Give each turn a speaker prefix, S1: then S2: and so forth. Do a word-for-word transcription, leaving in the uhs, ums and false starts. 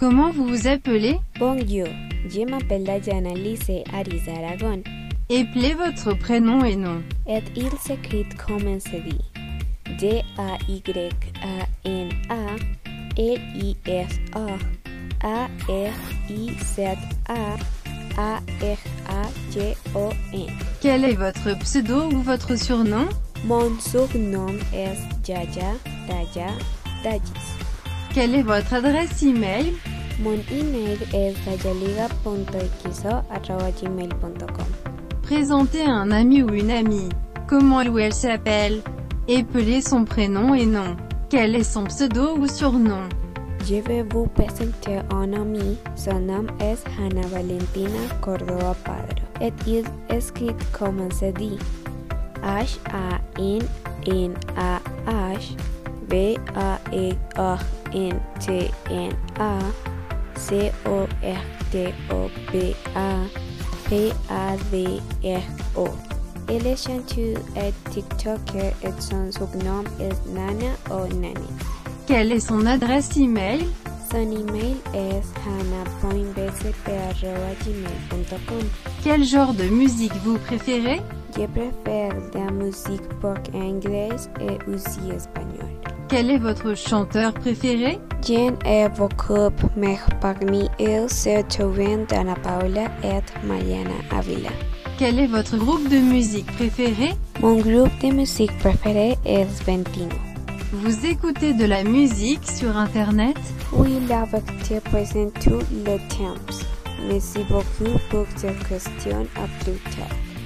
S1: Comment vous vous appelez?
S2: Bonjour, je m'appelle Dayana Alice Ariza Aragon.
S1: Appelez votre prénom et nom.
S2: Et il s'écrit comme se dit. D A Y A N A L I S A A R I Z A A R A G O N.
S1: Quel est votre pseudo ou votre surnom?
S2: Mon surnom est Yaya Daya Dayis.
S1: Quelle est votre adresse email?
S2: Mon email est dayaliga punto x o arroba gmail punto com.
S1: Présentez un ami ou une amie. Comment elle ou elle s'appelle? Appelez son prénom et nom. Quel est son pseudo ou surnom?
S2: Je vais vous présenter un ami. Son nom est Hanna Valentina Córdoba Padro. Et il écrit comme se dit. H A N N A H B A E R N T N A C O R D O B A P A D R O. Il est chanteur et TikToker et son surnom est Nana ou Nani.
S1: Quelle est son adresse email?
S2: Son email est hanna point b c p arroba gmail punto com.
S1: Quel genre de musique vous préférez?
S2: Je préfère la musique pop anglaise et aussi espagnole.
S1: Quel est votre chanteur préféré?
S2: J'en ai beaucoup, mais parmi eux se trouvent Dana Paula et Mariana Avila.
S1: Quel est votre groupe de musique préféré?
S2: Mon groupe de musique préféré est Ventino.
S1: Vous écoutez de la musique sur Internet?
S2: Oui, la vérité présente tous les temps. Merci beaucoup pour cette question. À plus tard.